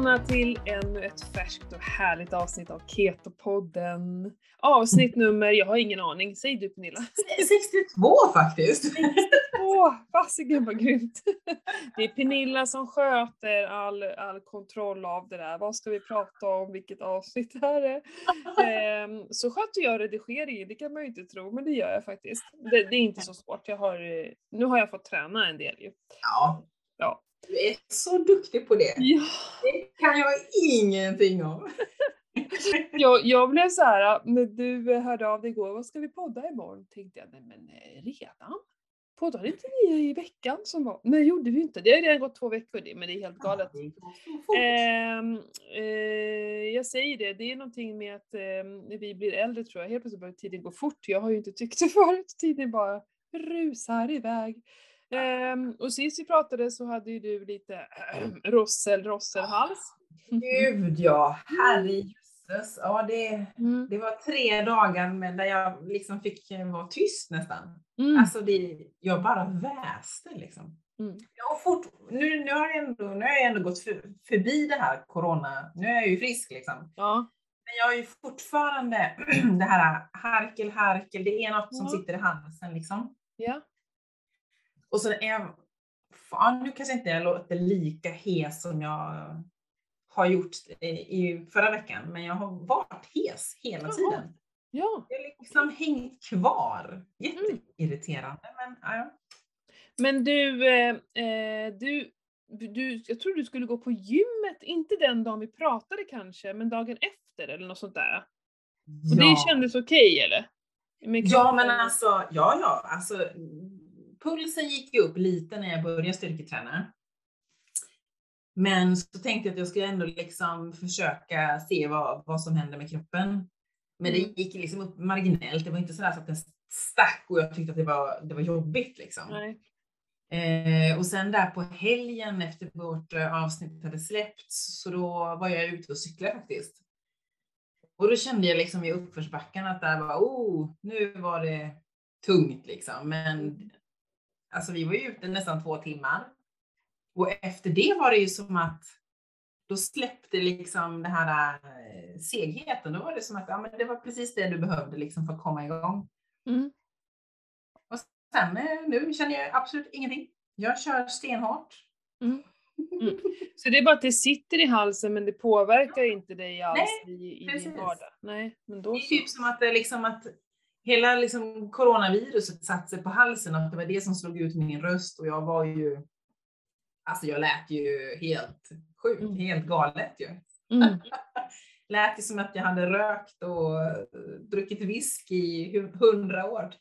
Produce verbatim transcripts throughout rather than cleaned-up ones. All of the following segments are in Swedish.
välkomna till ännu ett färskt och härligt avsnitt av Keto-podden. Avsnitt nummer, jag har ingen aning. Säg du, Pernilla. sextiotvå faktiskt. sextiotvå, fasiken vad grymt. Det är Pernilla som sköter all, all kontroll av det där. Vad ska vi prata om? Vilket avsnitt det här är? Ehm, så sköter jag redigeringen, det kan man ju inte tro, men det gör jag faktiskt. Det, det är inte så svårt. Jag har, nu har jag fått träna en del ju. Ja. Ja. Du är så duktig på det. Ja. Det kan jag ingenting om. jag, jag blev så här, när du hörde av dig igår, vad ska vi podda imorgon? Tänkte jag, nej men redan? Poddade inte ni i veckan som var? Nej, gjorde vi inte. Det har redan gått två veckor, men det är helt galet. Ja, det går så fort. Eh, eh, jag säger det, det är någonting med att eh, när vi blir äldre tror jag, helt plötsligt börjar tiden gå fort. Jag har ju inte tyckt det förut, tiden bara rusar iväg. Um, och sist vi pratade så hade ju du lite äh, rossel, rosselhals. Gud ja, herrejösses. Ja, det, Mm. det var tre dagar men där jag liksom fick vara tyst nästan. Mm. Alltså det, jag bara väste liksom. Mm. Ja, fort, nu, nu, har jag ändå, nu har jag ändå gått för, förbi det här corona. Nu är jag ju frisk liksom. Ja. Men jag är ju fortfarande det här harkel, harkel. Det är något som Ja. sitter i halsen liksom. Ja. Och så är jag, fan, nu kanske inte jag låter lika hes som jag har gjort i förra veckan. Men jag har varit hes hela Jaha. tiden. Ja. Jag har liksom hängt kvar. Jätteirriterande. Men, ja. Men du, eh, du, du, jag tror du skulle gå på gymmet, inte den dagen vi pratade kanske, men dagen efter eller något sånt där. Och Ja. det kändes okej, eller? Med Ja, men alltså, ja, ja, alltså, pulsen gick ju upp lite när jag började styrketräna. Men så tänkte jag att jag skulle ändå liksom försöka se vad, vad som händer med kroppen. Men Mm. det gick liksom upp marginellt. Det var inte sådär så att den stack och jag tyckte att det var, det var jobbigt liksom. Nej. Eh, och sen där på helgen efter vårt avsnitt hade släppts, så då var jag ute och cyklade faktiskt. Och då kände jag liksom i uppförsbacken att där var, oh, nu var det tungt liksom. Men alltså vi var ju ute nästan två timmar. Och efter det var det ju som att då släppte liksom det här äh, segheten. Då var det som att ja, men det var precis det du behövde liksom för att komma igång. Mm. Och sen nu känner jag absolut ingenting. Jag kör stenhårt. Mm. Mm. Så det är bara att det sitter i halsen men det påverkar inte dig alls Nej, i, i precis. din vardag? Nej, men då det är så. typ som att, det liksom att hela liksom coronaviruset satt sig på halsen och att det var det som slog ut min röst och jag var ju, alltså jag lät ju helt sjukt, Mm. helt galet ju. Mm. Lät ju som att jag hade rökt och druckit whisky i hundra år.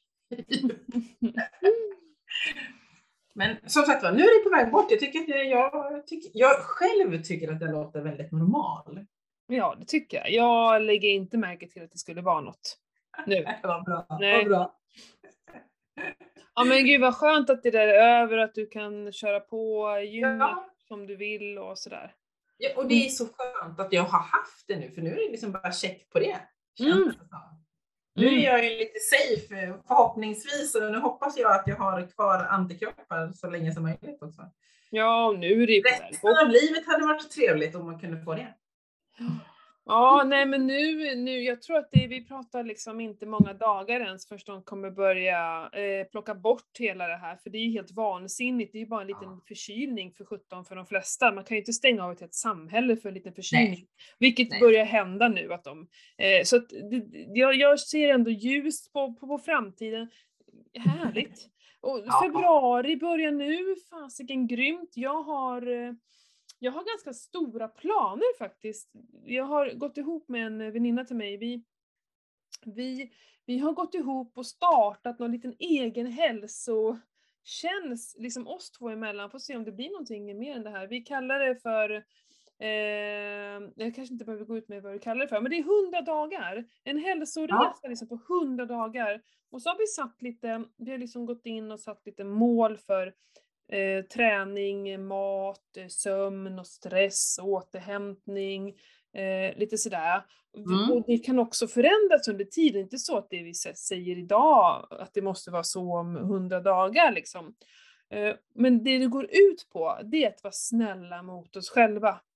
Men som sagt var, nu är det på väg bort. Jag tycker att jag, jag, tycker, jag själv tycker att jag låter väldigt normal. Ja, det tycker jag. Jag lägger inte märke till att det skulle vara något nu. Vad bra, Nej. vad bra. Ja men gud vad skönt att det där är över, att du kan köra på gymmet Ja. som du vill och sådär. Ja, och det är så skönt att jag har haft det nu, för nu är det liksom bara check på det. Känns Mm. det som. Nu är jag ju lite safe förhoppningsvis och nu hoppas jag att jag har kvar antikroppar så länge som möjligt också. Ja, och nu är det ju på väg Resten av livet hade varit trevligt om man kunde få det. Ja, nej men nu, nu, jag tror att det, vi pratar liksom inte många dagar ens först de kommer börja eh, plocka bort hela det här. För det är ju helt vansinnigt, det är ju bara en liten Ja. förkylning för sjutton för de flesta. Man kan ju inte stänga av ett helt samhälle för en liten förkylning. Nej. Vilket Nej. börjar hända nu. Att de, eh, så att det, jag, jag ser ändå ljust på, på, på framtiden. Härligt. Och Ja. februari börjar nu, fasiken grymt. Jag har... Eh, Jag har ganska stora planer faktiskt. Jag har gått ihop med en väninna till mig. Vi, vi, vi har gått ihop och startat någon liten egen hälsotjänst, liksom oss två emellan. Får se om det blir någonting mer än det här. Vi kallar det för, eh, jag kanske inte behöver gå ut med vad vi kallar det för, men det är hundra dagar. En hälsoresa Ja. liksom på hundra dagar. Och så har vi satt lite, vi har liksom gått in och satt lite mål för Eh, träning, mat, sömn och stress, återhämtning, eh, lite sådär. Mm. Och det kan också förändras under tiden, inte så att det vi säger idag att det måste vara så om hundra dagar liksom. Eh, men det det går ut på, det är att vara snälla mot oss själva.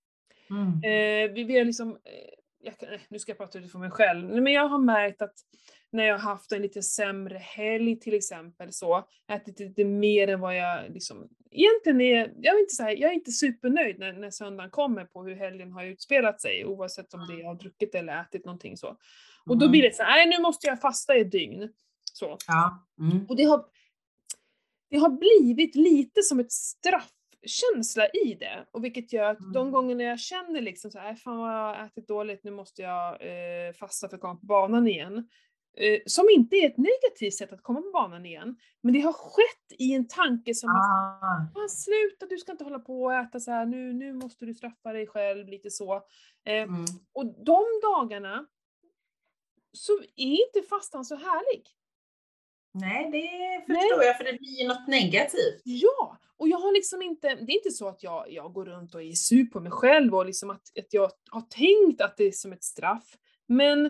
Mm. Eh, vi, vi har liksom, eh, jag, kan- eh, nu ska jag prata utifrån mig själv, men jag har märkt att när jag har haft en lite sämre helg till exempel så, ätit lite mer än vad jag liksom, egentligen är, jag är inte så här, jag är inte supernöjd när, när söndagen kommer på hur helgen har utspelat sig, oavsett om det är jag har druckit eller ätit någonting så. Och då blir Mm. det så här, nej nu måste jag fasta i ett dygn. Så. Ja. Mm. Och det har, det har blivit lite som ett straffkänsla i det. Och vilket gör att de Mm. gångerna jag känner liksom så här, fan vad jag har ätit dåligt, nu måste jag eh, fasta för att komma på banan igen. Eh, som inte är ett negativt sätt att komma på banan igen. Men det har skett i en tanke som att, Ah. ah, sluta, du ska inte hålla på och äta så här, nu, nu måste du straffa dig själv, lite så. Eh, Mm. och de dagarna så är inte fastan så härlig. Nej, det Nej. förstår jag, för det blir ju något negativt. Ja, och jag har liksom inte, det är inte så att jag, jag går runt och är sur på mig själv och liksom att, att jag har tänkt att det är som ett straff. Men,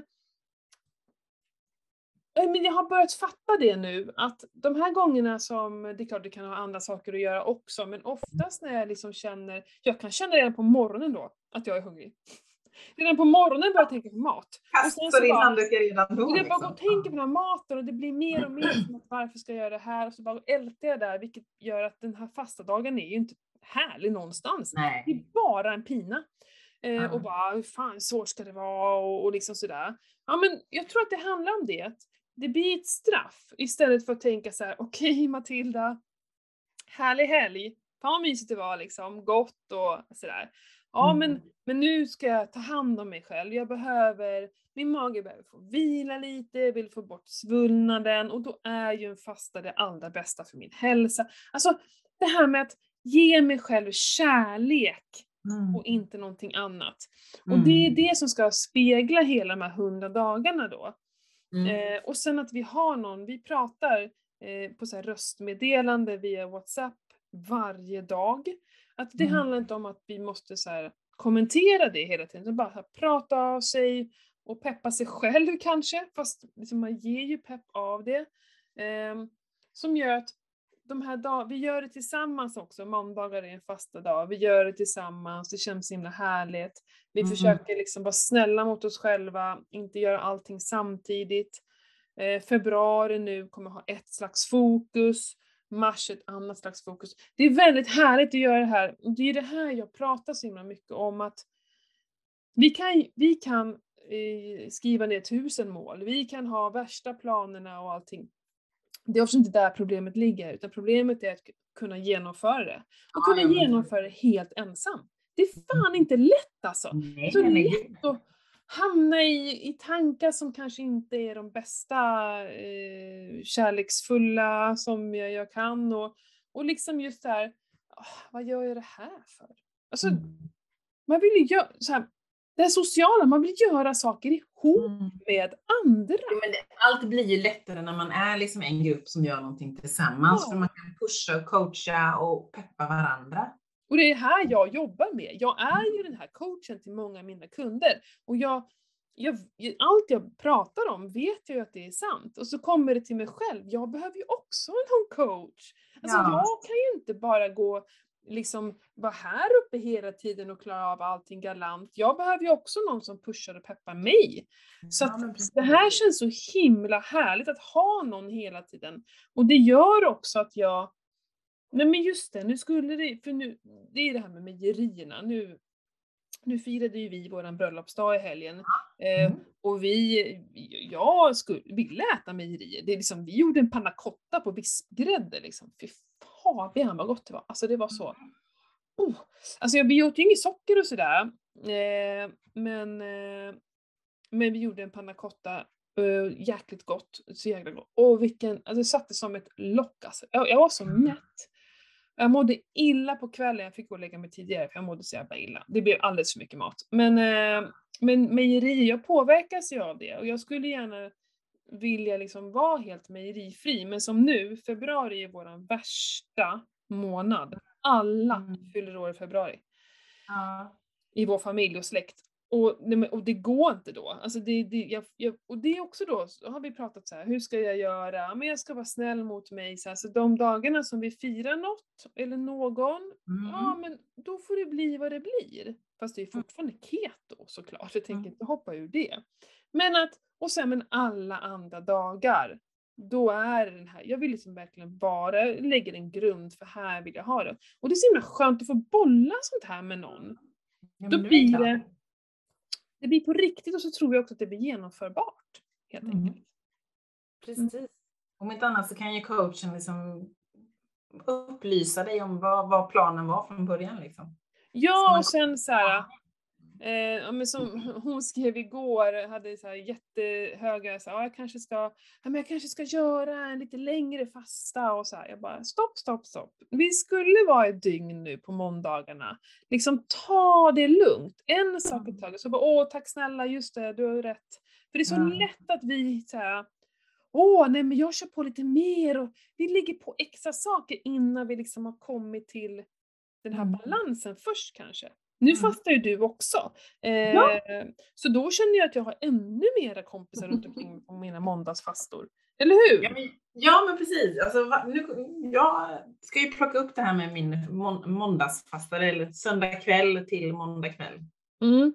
eh, men jag har börjat fatta det nu, att de här gångerna som, det är klart det kan ha andra saker att göra också, men oftast när jag liksom känner, jag kan känna redan på morgonen då, att jag är hungrig. Redan på morgonen börjar jag tänka på mat. Och sen Kastar så in bara, handduken redan då. och jag bara går Liksom. och tänker på den här maten och det blir mer och mer som att varför ska jag göra det här? Och så bara ältar jag där, vilket gör att den här fasta dagen är ju inte härlig någonstans. Det Nej. är bara en pina. Eh, Ja. Och bara, hur fan svårt ska det vara? Och, och liksom sådär. Ja men jag tror att det handlar om det. Att det blir ett straff istället för att tänka så här: okej Matilda, härlig helg. Fan vad mysigt det var liksom, gott och sådär. Ja Mm. men, men nu ska jag ta hand om mig själv. Jag behöver, min mage behöver få vila lite, jag vill få bort svullnaden och då är ju en fasta det allra bästa för min hälsa. Alltså det här med att ge mig själv kärlek Mm. och inte någonting annat. Och Mm. det är det som ska spegla hela de här hundra dagarna då. Mm. Eh, och sen att vi har någon, vi pratar eh, på så här röstmeddelande via WhatsApp varje dag. Att det Mm. handlar inte om att vi måste så här kommentera det hela tiden, utan bara så här prata av sig och peppa sig själv kanske, fast liksom man ger ju pepp av det. Eh, som gör att de här dag- vi gör det tillsammans också, måndagar är en fasta dag, vi gör det tillsammans, det känns så himla härligt. Vi Mm. försöker liksom vara snälla mot oss själva, inte göra allting samtidigt. Eh, februari nu kommer ha ett slags fokus, mars ett annat slags fokus. Det är väldigt härligt att göra det här. Det är det här jag pratar så himla mycket om, att vi kan, vi kan eh, skriva ner tusen mål, vi kan ha värsta planerna och allting. Det är också inte där problemet ligger, utan problemet är att kunna genomföra det. Och Ja, kunna ja, men- genomföra det helt ensam. Det är fan inte lätt alltså. Det Nej, är så nej, nej. lätt att hamna i, i tankar som kanske inte är de bästa eh, kärleksfulla som jag, jag kan. Och, och liksom just det här, "Åh, vad gör jag det här för?" Alltså, Mm. man vill ju göra så här, det sociala, man vill göra saker ihop Mm. med andra. Jo, men det, allt blir ju lättare när man är liksom en grupp som gör någonting tillsammans. Ja. För man kan pusha och coacha och peppa varandra. Och det är här jag jobbar med. Jag är ju den här coachen till många av mina kunder. Och jag, jag, allt jag pratar om vet jag ju att det är sant. Och så kommer det till mig själv. Jag behöver ju också en coach. Alltså Ja. jag kan ju inte bara gå, liksom vara här uppe hela tiden och klara av allting galant. Jag behöver ju också någon som pushar och peppar mig. Så Ja, att men precis. det här känns så himla härligt att ha någon hela tiden. Och det gör också att jag, nej men just det, nu skulle det, för nu, det är det här med mejerierna. Nu, nu firade ju vi våran bröllopsdag i helgen. Eh, Mm. och vi, jag skulle, ville äta mejerier. Det är liksom, vi gjorde en panna cotta på vispgrädde liksom. Fy fan vad gott det var. Alltså det var så. Oh. Alltså vi åt ju inget socker och sådär. Eh, men, eh, men vi gjorde en panna cotta. Uh, jäkligt gott, så jäkla gott. Och vilken, alltså det satte som ett lock alltså. Jag, jag var så mätt. Jag mådde illa på kvällen, jag fick gå och lägga mig tidigare för jag mådde så jävla illa. Det blev alldeles för mycket mat. Men, eh, men mejerier, jag påverkas ju av det och jag skulle gärna vilja liksom vara helt mejerifri. Men som nu, februari är våran värsta månad. Alla Mm. fyller år i februari. Ja. I vår familj och släkt. Och, nej, men- och det går inte då. Alltså det, det, jag, jag, och det är också då, så har vi pratat så här, hur ska jag göra? Men jag ska vara snäll mot mig. Så, här, så de dagarna som vi firar något eller någon, Mm. ja men då får det bli vad det blir. Fast det är fortfarande keto såklart. Jag tänker inte hoppa ur det. Men att, och sen men alla andra dagar. Då är den här, jag vill liksom verkligen bara lägga en grund för här vill jag ha det. Och det är så himla skönt att få bolla sånt här med någon. Ja, Då men det är blir klart. det, det blir på riktigt och så tror jag också att det blir genomförbart. Helt Mm. enkelt. Precis. Om inte annat så kan ju coachen liksom upplysa dig om vad, vad planen var från början. Liksom. Ja, och sen så här, eh, ja, men som hon skrev igår, hade så här jättehöga, så här, ja, jag kanske ska, ja, men jag kanske ska göra en lite längre fasta och så här. Jag bara, stopp, stopp, stopp. Vi skulle vara ett dygn nu på måndagarna. Liksom ta det lugnt. En sak i taget. Så bara, åh, tack snälla, just det, du har rätt. För det är så Ja. lätt att vi så här, åh, nej men jag kör på lite mer och vi ligger på extra saker innan vi liksom har kommit till den här Mm. balansen först kanske. Nu Mm. fastar ju du också. Eh, Ja. Så då känner jag att jag har ännu mera kompisar runt omkring på mina måndagsfastor. Eller hur? Ja, men, ja, men precis. Alltså, va, nu, jag ska ju plocka upp det här med min må, måndagsfasta, eller söndag kväll till måndag kväll. Mm.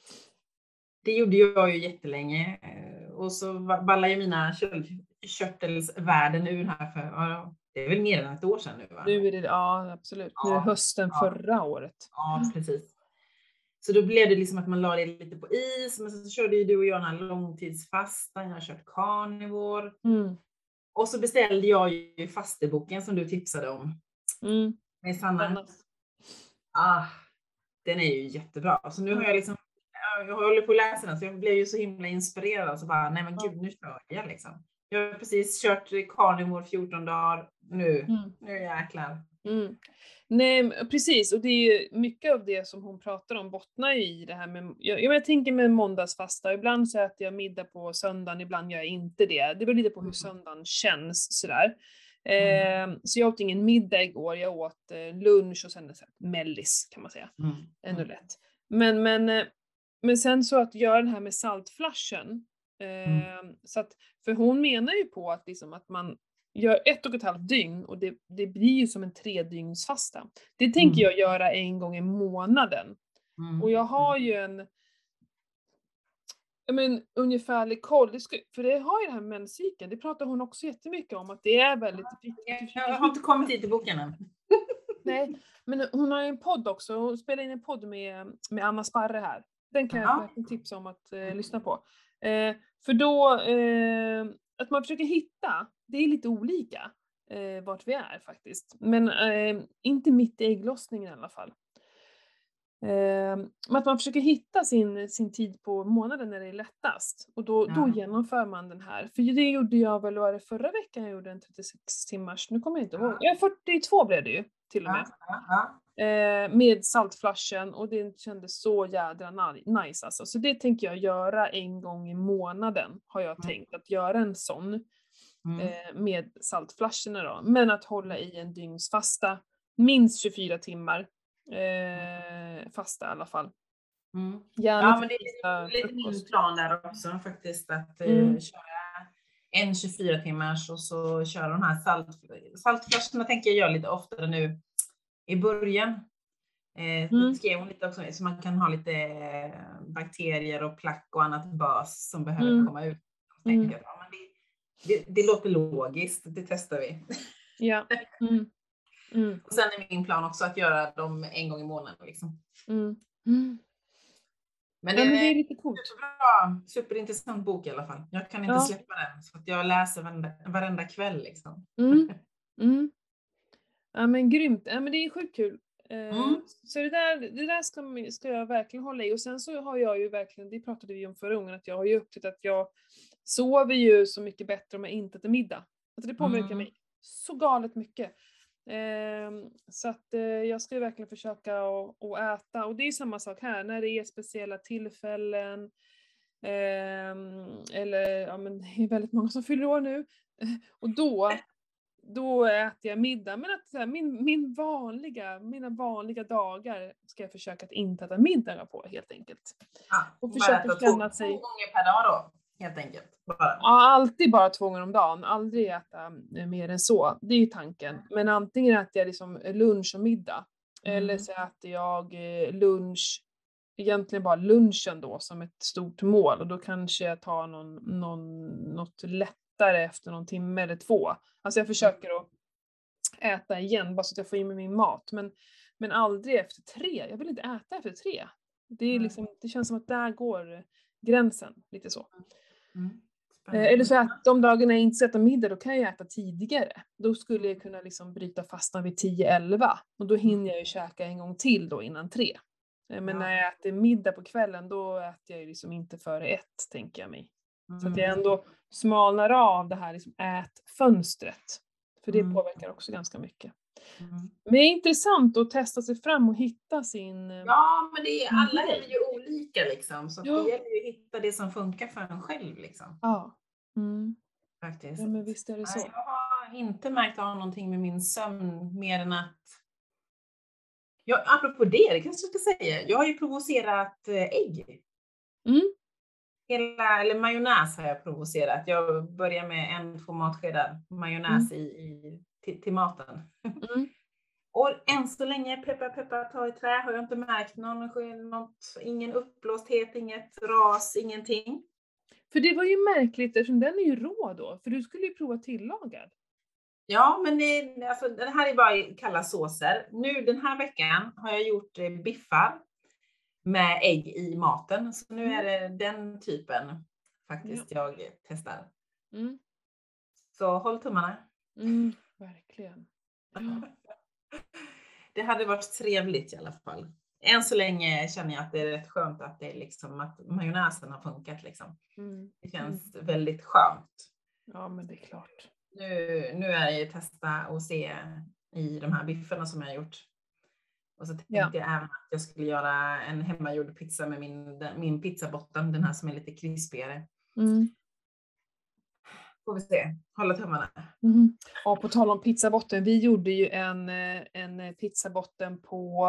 Det gjorde jag ju jättelänge. eh, Och så va- ballar ju mina köttkörtelsvärden ur här för, ja, det är väl mer än ett år sedan nu va? Nu är det, ja absolut. Nu är det Ja, hösten ja. förra året. Ja, precis. Så då blev det liksom att man la det lite på is, men så körde ju du och jag den här långtidsfastan, jag har kört carnivore. Mm. Och så beställde jag ju fasteboken som du tipsade om. Mm. Med Sanna. Annars. Ah, den är ju jättebra. Så nu har jag liksom, jag håller på att läsa den så jag blev ju så himla inspirerad. Så bara, nej men gud, nu kör jag liksom. Jag har precis kört carnivore fjorton dagar. Nu, Mm. nu jäklar. Mm. Nej, men precis. Och det är ju mycket av det som hon pratar om bottnar ju i det här med, jag, jag tänker med måndagsfasta, ibland så äter jag middag på söndagen, ibland gör jag inte det. Det beror lite på hur söndagen känns sådär. Eh, så jag åt ingen middag igår, jag åt eh, lunch och sen så här, mellis kan man säga. Mm. Ännu lätt. Men, men, eh, men sen så att göra det här med saltflashen, eh, Mm. så att, för hon menar ju på att, liksom, att man gör ett och ett halvt dygn och det, det blir ju som en tredygnsfasta. Det tänker Mm. jag göra en gång i månaden. Mm. Och jag har ju en jag men, ungefärlig koll, det ska, för det har ju det här med menscykeln, det pratar hon också jättemycket om, att det är väldigt... Jag har inte kommit hit i boken än. Nej, men hon har ju en podd också, hon spelar in en podd med, med Anna Sparre här. Den kan jag Ja. verkligen tipsa om att eh, lyssna på. Eh, för då, eh, att man försöker hitta, det är lite olika eh, vart vi är faktiskt. Men eh, inte mitt i ägglossningen i alla fall. Eh, men att man försöker hitta sin, sin tid på månaden när det är lättast. Och då, Ja. då genomför man den här. För det gjorde jag väl, var det förra veckan jag gjorde en trettiosex timmars, nu kommer jag inte ihåg. Ja, fyrtiotvå blev det ju till och med. Ja, ja. Eh, med saltflashen och det kändes så jädra ni- nice alltså. Så det tänker jag göra en gång i månaden, har jag Mm. tänkt. Att göra en sån Mm. eh, med saltflasherna då. Men att hålla i en dygnsfasta, minst tjugofyra timmar. Eh, fasta i alla fall. Mm. Gärna Ja, för men det fasta är lite frukost. min plan där också faktiskt, att eh, Mm. köra en tjugofyra timmars och så köra de här salt, saltflaskorna tänker jag göra lite oftare nu i början. Eh, Mm. Det skrev hon lite också, så man kan ha lite eh, bakterier och plack och annat bös som behöver Mm. komma ut. Mm. Tänker jag, ja, men det, det, det låter logiskt, det testar vi. Ja. Mm. Mm. Och sen är min plan också att göra dem en gång i månaden. Liksom. Mm. Mm. Men Ja, det, men det är är lite coolt. superbra, superintressant bok i alla fall. Jag kan inte Ja. släppa den, så att jag läser varenda, varenda kväll. Liksom. Mm. Mm. Ja men grymt, ja men det är sjukt kul. Eh, Mm. Så det där, det där ska, ska jag verkligen hålla i. Och sen så har jag ju verkligen, det pratade vi om förra gången, att jag har ju upptäckt att jag sover ju så mycket bättre om jag inte äter middag. Alltså det påverkar Mm. mig så galet mycket. Eh, så att eh, jag ska ju verkligen försöka att att äta. Och det är samma sak här, när det är speciella tillfällen. Eh, eller, ja men det är väldigt många som fyller år nu. Och då Då äter jag middag, men att så här, min, min vanliga, mina vanliga dagar ska jag försöka att inte äta middagar på helt enkelt. Ja, Och bara försöka äta känna två, sig- två gånger per dag då, helt enkelt. Bara. Ja, alltid bara två gånger om dagen, aldrig äta eh, mer än så. Det är ju tanken. Men antingen äter jag liksom lunch och middag. Mm. Eller så äter jag eh, lunch egentligen bara lunchen då som ett stort mål. Och då kanske jag tar någon, någon, något lättare efter någon timme eller två. Alltså jag försöker att äta igen bara så att jag får i mig min mat. Men, men aldrig efter tre. Jag vill inte äta efter tre. Det, är liksom, det känns som att där går gränsen, lite så. Mm. Eh, eller så att de dagarna jag inte ska äta middag, då kan jag äta tidigare. Då skulle jag kunna liksom bryta fastan vid tio elva. Och då hinner jag ju käka en gång till då innan tre. Eh, men Ja. när jag äter middag på kvällen, då äter jag ju liksom inte före ett, tänker jag mig. Så att jag Mm. ändå smalnar av det här liksom ätfönstret. För det Mm. påverkar också ganska mycket. Mm. Men det är intressant att testa sig fram och hitta sin... eh, Ja, men det är, Mm. alla är ju olika liksom. Så att Ja. det gäller ju att hitta det som funkar för en själv liksom. Ja. Mm. Faktiskt. Ja, men visst är det så. Nej, jag har inte märkt av någonting med min sömn mer än att... Jag, apropå det, det kanske jag ska säga. Jag har ju provocerat eh, ägg. Mm. Hela, eller majonnäs har jag provocerat. Jag börjar med en, två matskedar majonnäs i, i, till, till maten. Mm. Och än så länge, peppa peppa ta i trä, har jag inte märkt någon, något, ingen uppblåsthet, inget ras, ingenting. För det var ju märkligt eftersom den är ju rå då. För du skulle ju prova tillagad. Ja, men det, alltså, det här är bara kalla såser. Nu den här veckan har jag gjort eh, biffar med ägg i maten. Så nu är det den typen faktiskt jag testar. Mm. Så håll tummarna. Mm, verkligen. Ja. Det hade varit trevligt i alla fall. Än så länge känner jag att det är rätt skönt att det är liksom att majonnäsen har funkat liksom. Mm. Det känns mm. väldigt skönt. Ja, men det är klart. Nu, nu är det testa och se i de här biffarna som jag har gjort. Och så tänkte Ja. jag även att jag skulle göra en hemmagjord pizza med min, min pizzabotten. Den här som är lite krispigare. Mm. Får vi se. Hålla tummarna. Mm. Ja, på tal om pizzabotten. Vi gjorde ju en, en pizzabotten på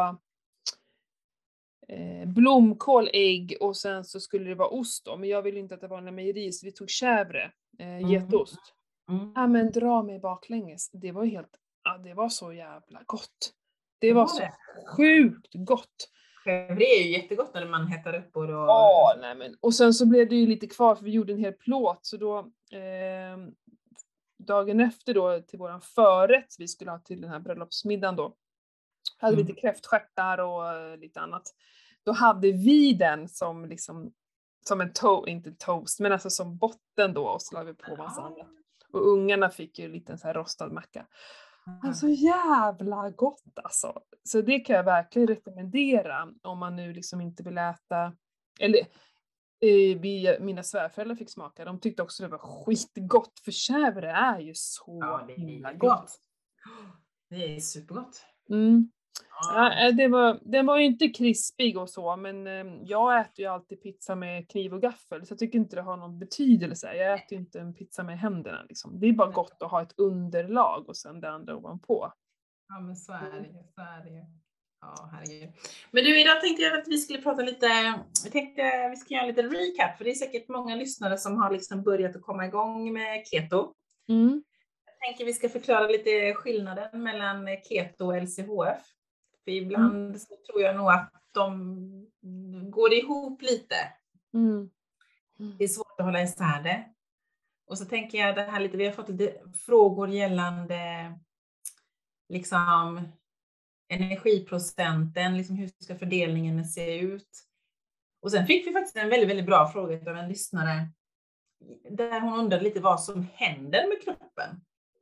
eh, blomkål, ägg och sen så skulle det vara ost då. Men jag ville inte att det var en mejeri så vi tog chèvre, eh, getost. Mm. Ja, men dra mig baklänges. Det var ju helt, ja, det var så jävla gott. Det var, var så det? Sjukt gott. Det är ju jättegott när man hettar upp och då... Ja, nej men. Och sen så blev det ju lite kvar för vi gjorde en hel plåt. Så då, eh, dagen efter då till våran förrätt vi skulle ha till den här bröllopsmiddagen då. Hade Mm. lite kräftstjärtar och lite annat. Då hade vi den som liksom, som en to- inte toast, men alltså som botten då och så la vi på massa Ja. annat. Och ungarna fick ju lite en så här rostad macka. Alltså jävla gott alltså. Så det kan jag verkligen rekommendera om man nu liksom inte vill äta. Eller eh, vi, mina svärföräldrar fick smaka. De tyckte också det var skitgott. För chèvre är ju så Ja, det himla är gott. gott. Det är supergott. Mm. Ja. Ja, det var, den var ju inte krispig och så, men eh, jag äter ju alltid pizza med kniv och gaffel, så jag tycker inte det har någon betydelse. Jag äter ju inte en pizza med händerna liksom. Det är bara gott att ha ett underlag och sen det andra ovanpå. Ja, men så är det ju. Så är det ju. Ja, herregud. Men du, idag tänkte jag att vi skulle prata lite, jag tänkte vi ska göra lite recap, för det är säkert många lyssnare som har liksom börjat att komma igång med keto. Mm. Jag tänker vi ska förklara lite skillnaden mellan keto och L C H F. För ibland mm. så tror jag nog att de går ihop lite. Mm. Mm. Det är svårt att hålla isär det. Och så tänker jag det här lite, vi har fått lite frågor gällande liksom energiprocenten, liksom hur ska fördelningen se ut. Och sen fick vi faktiskt en väldigt, väldigt bra fråga av en lyssnare där hon undrade lite vad som händer med kroppen.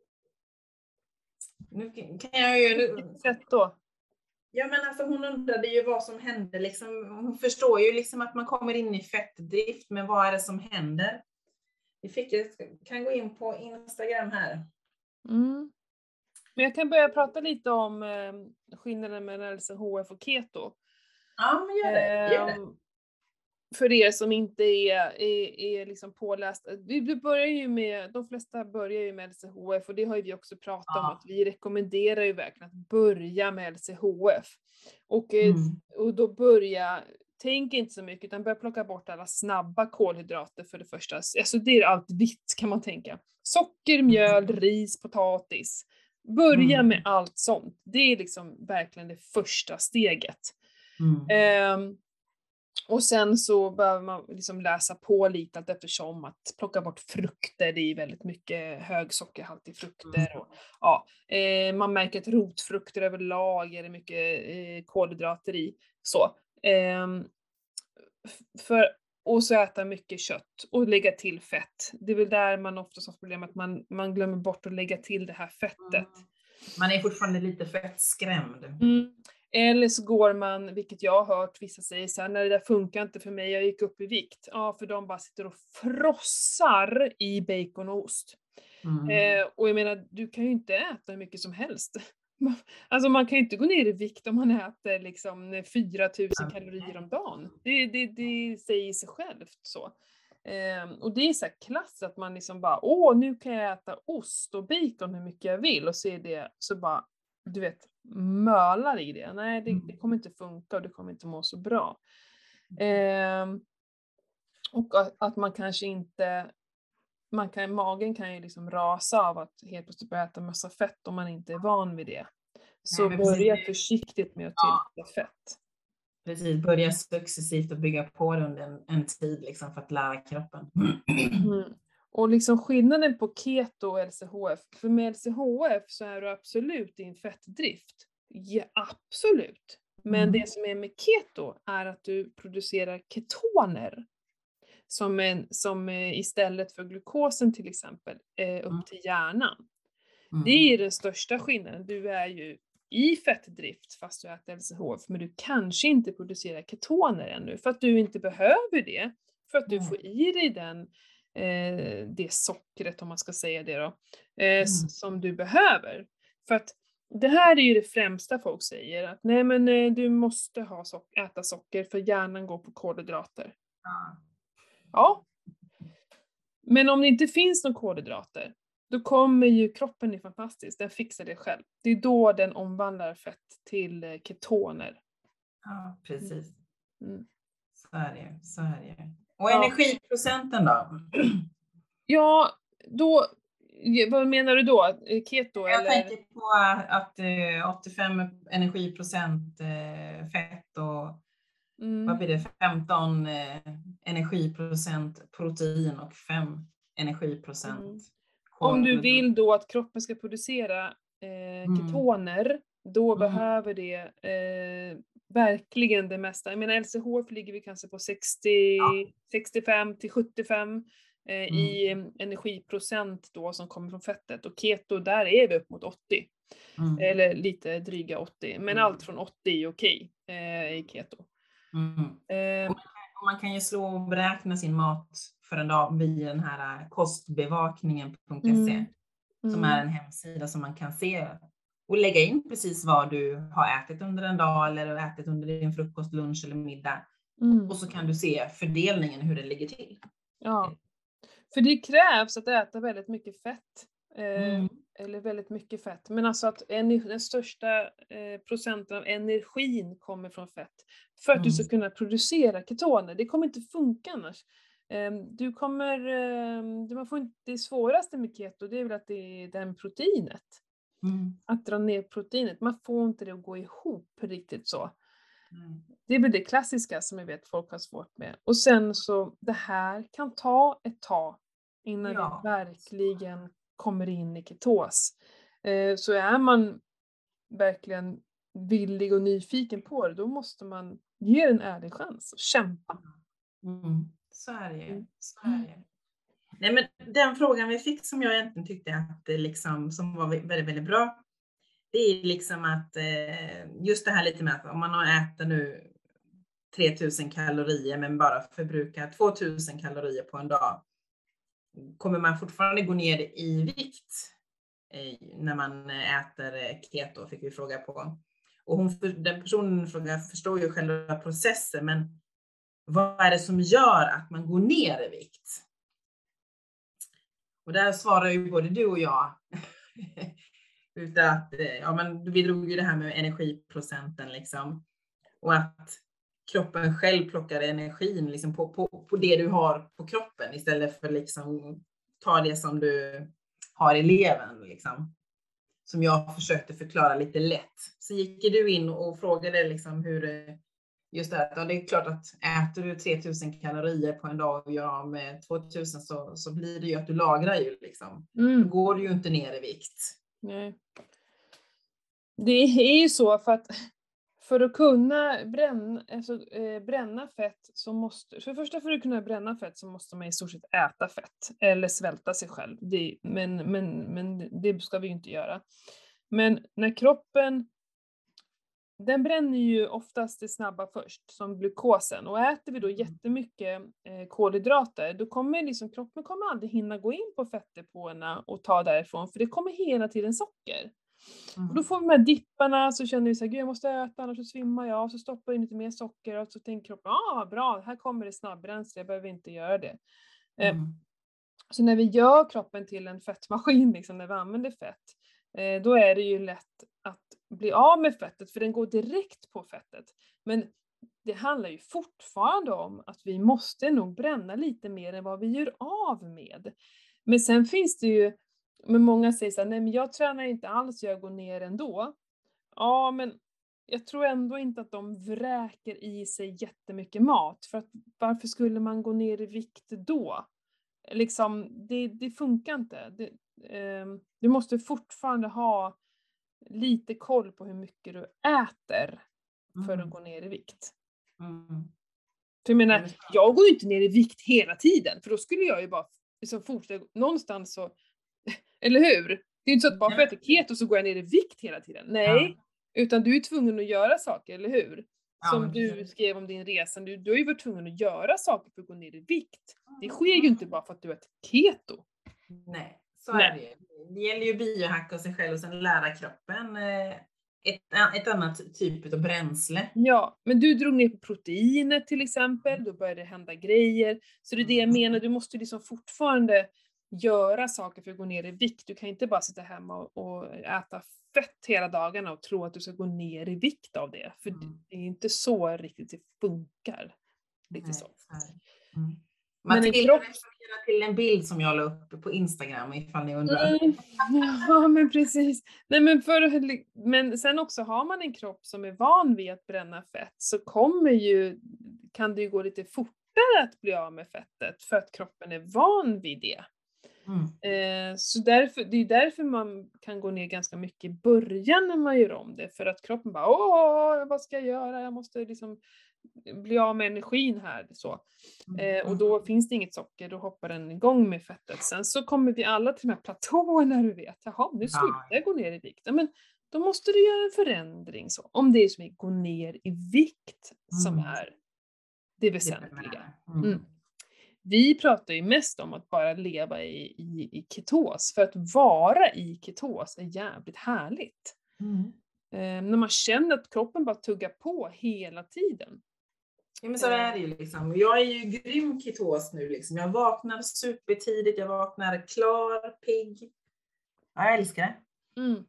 Nu kan jag ju... Nu... Sätt då. Ja, men alltså hon undrade ju vad som händer. Liksom, hon förstår ju liksom att man kommer in i fettdrift, men vad är det som händer? Vi fick, jag kan gå in på Instagram här. Mm. Men jag kan börja prata lite om eh, skillnaden mellan L C H F och keto. Ja, men gör det. Gör det. Eh, för er som inte är, är, är liksom pålästa. Vi börjar ju med, de flesta börjar ju med L C H F och det har ju vi också pratat Ja. om att vi rekommenderar ju verkligen att börja med L C H F. Och, mm. och då börja, tänk inte så mycket utan börja plocka bort alla snabba kolhydrater för det första. Alltså det är allt vitt kan man tänka. Socker, mjöl, ris, potatis. Börja mm. med allt sånt. Det är liksom verkligen det första steget. Mm. Um, Och sen så behöver man liksom läsa på lite allt eftersom att plocka bort frukter, det är väldigt mycket högsockerhalt i frukter. Och, ja, eh, man märker att rotfrukter överlag är det mycket eh, kolhydrater i. Så. Ehm, för, och så äta mycket kött och lägga till fett. Det är väl där man oftast har problem att man, man glömmer bort att lägga till det här fettet. Mm. Man är fortfarande lite fettskrämd. Mm. Eller så går man, vilket jag har hört vissa säger så här, när det där funkar inte för mig, jag gick upp i vikt. Ja, för de bara sitter och frossar i bacon och ost. Mm. Eh, och jag menar, du kan ju inte äta hur mycket som helst. Alltså man kan ju inte gå ner i vikt om man äter liksom fyra tusen kalorier om dagen. Det, det, det säger sig självt så. Eh, och det är så här klass att man liksom bara, åh nu kan jag äta ost och bacon hur mycket jag vill. Och så är det så bara, du vet, mölar i det. Nej, det, det kommer inte funka och det kommer inte må så bra. Eh, och att, att man kanske inte, man kan, magen kan ju liksom rasa av att helt plötsligt börja äta massa fett om man inte är van vid det. Så Nej, börja precis. försiktigt med att Ja. tillsätta fett. Precis, börja successivt och bygga på det under en, en tid liksom, för att lära kroppen. Mm. Och liksom skillnaden på keto och L C H F, för med L C H F så är du absolut i en fettdrift. Ja, absolut. Men Mm. det som är med keto är att du producerar ketoner. Som, en, som istället för glukosen till exempel, eh, upp Mm. till hjärnan. Mm. Det är den största skillnaden. Du är ju i fettdrift fast du äter L C H F, men du kanske inte producerar ketoner ännu för att du inte behöver det. För att du Mm. får i dig den, eh, det sockret, om man ska säga det då, eh, Mm. som du behöver. För att det här är ju det främsta folk säger, att nej men eh, du måste ha sock- äta socker för hjärnan går på kolhydrater. Ja. Ja. Men om det inte finns några kolhydrater, då kommer ju kroppen är fantastisk, den fixar det själv. Det är då den omvandlar fett till eh, ketoner. Ja, precis. Mm. Så är det, så är det. Och Ja. energiprocenten då? Ja, då, vad menar du då? Keto Jag eller? tänker på att eh, åttiofem energiprocent eh, fett och Mm. vad blir det? femton eh, energiprocent protein och fem energiprocent Mm. kol. Om du vill då att kroppen ska producera eh, Mm. ketoner, då Mm. behöver det eh, verkligen det mesta. Jag menar L C H F ligger vi kanske på sextio, Ja. sextiofem till sjuttiofem eh, Mm. i eh, energiprocent då som kommer från fettet. Och keto, där är vi upp mot åttio. Mm. Eller lite dryga åttio. Men Mm. allt från åttio är okej eh, i keto. Mm. Eh, Och man, kan, och man kan ju slå och beräkna sin mat för en dag via den här kostbevakningen punkt se. mm, Som mm, är en hemsida som man kan se och lägga in precis vad du har ätit under en dag eller ätit under din frukost, lunch eller middag. mm. Och så kan du se fördelningen hur det ligger till. Ja, för det krävs att äta väldigt mycket fett. Eh, Mm. Eller väldigt mycket fett. Men alltså att ener- den största eh, procenten av energin kommer från fett. För att Mm. du ska kunna producera ketoner. Det kommer inte funka annars. Eh, du kommer, eh, man får inte, det svåraste med keto det är väl att det är den proteinet. Mm. Att dra ner proteinet. Man får inte det att gå ihop riktigt så. Mm. Det är väl det klassiska som jag vet folk har svårt med. Och sen så, det här kan ta ett tag innan Ja. vi verkligen kommer in i ketos. Eh, så är man verkligen villig och nyfiken på det, då måste man ge en ärlig chans och kämpa. Mm. Så är det ju. Mm. Så är det. Nej, men den frågan vi fick som jag egentligen tyckte att det liksom, som var väldigt, väldigt bra. Det är liksom att eh, just det här lite med att om man har ätit nu tre tusen kalorier men bara förbrukar två tusen kalorier på en dag. Kommer man fortfarande gå ner i vikt eh, när man äter keto, fick vi fråga på. Och hon, den personen frågar, förstår ju själva processen, men vad är det som gör att man går ner i vikt? Och där svarar ju både du och jag. Utan att, ja men vi drog ju det här med energiprocenten liksom. Och att kroppen själv plockar energin liksom på, på, på det du har på kroppen istället för liksom ta det som du har i levern liksom. Som jag försökte förklara lite lätt. Så gick du in och frågade liksom hur, just det, ja, det är klart att äter du tre tusen kalorier på en dag och gör av med två tusen så, så blir det ju att du lagrar ju liksom. Mm. Då går du ju inte ner i vikt. Nej. Det är ju så för att för att kunna bränna, alltså, eh, bränna fett så måste, för det första för att kunna bränna fett så måste man i stort sett äta fett eller svälta sig själv. Det, men, men, men det ska vi ju inte göra. Men när kroppen, den bränner ju oftast det snabba först, som glukosen. Och äter vi då jättemycket eh, kolhydrater, då kommer liksom, kroppen kommer aldrig hinna gå in på fettdepåerna och ta därifrån, för det kommer hela tiden socker. Mm. Och då får vi de här dipparna, så känner vi så här, gud jag måste äta annars så svimmar jag, och så stoppar vi in lite mer socker och så tänker kroppen, ja ah, bra, här kommer det snabbbränsle, jag behöver inte göra det. Eh, Mm. så när vi gör kroppen till en fettmaskin, liksom, när vi använder fett, eh, då är det ju lätt att bli av med fettet, för den går direkt på fettet. Men det handlar ju fortfarande om att vi måste nog bränna lite mer än vad vi gör av med. Men sen finns det ju, men många säger så här, nej men jag tränar inte alls, jag går ner ändå. Ja, men jag tror ändå inte att de vräker i sig jättemycket mat. För att varför skulle man gå ner i vikt då? Liksom, det, det funkar inte. Det, eh, du måste fortfarande ha lite koll på hur mycket du äter för Mm. att gå ner i vikt. Mm. För jag menar, jag går ju inte ner i vikt hela tiden, för då skulle jag ju bara liksom fortsätta någonstans så, eller hur? Det är inte så att bara för att jag äter keto så går jag ner i vikt hela tiden. Nej, ja. Utan du är tvungen att göra saker, eller hur? Som ja, du skrev om din resa, du, du har ju varit tvungen att göra saker för att gå ner i vikt. Det sker ju inte bara för att du äter keto. Nej, så Nej. är det ju. Det gäller ju biohacka sig själv och sen lära kroppen ett, ett annat typ av bränsle. Ja, men du drog ner på proteinet till exempel, då började det hända grejer. Så det är det jag menar, du måste liksom fortfarande göra saker för att gå ner i vikt. Du kan inte bara sitta hemma och, och äta fett hela dagarna och tro att du ska gå ner i vikt av det. För mm. det är inte så riktigt det funkar. Lite Nej, så. Mm. Matilda, kropp... till en bild som jag la upp på Instagram ifall ni undrar. Mm. Ja, men precis. Nej, men, för, men sen också har man en kropp som är van vid att bränna fett, så kommer ju, kan det ju gå lite fortare att bli av med fettet för att kroppen är van vid det. Mm. Eh, så därför, det är därför man kan gå ner ganska mycket i början när man gör om det, för att kroppen bara, åh, vad ska jag göra? Jag måste liksom bli av med energin här. Så. Eh, och då finns det inget socker, då hoppar den igång med fettet. Sen så kommer vi alla till de här platåerna, du vet. Jaha, nu slutar jag gå ner i vikt. Men då måste du göra en förändring. Så. Om det är som att gå ner i vikt som mm. är det väsentliga. Mm. Vi pratar ju mest om att bara leva i, i, i ketos. För att vara i ketos är jävligt härligt. Mm. Eh, när man känner att kroppen bara tuggar på hela tiden. Ja, men så är det ju liksom. Jag är ju grym ketos nu liksom. Jag vaknar supertidigt, jag vaknar klar, pigg. Jag älskar det. Mm.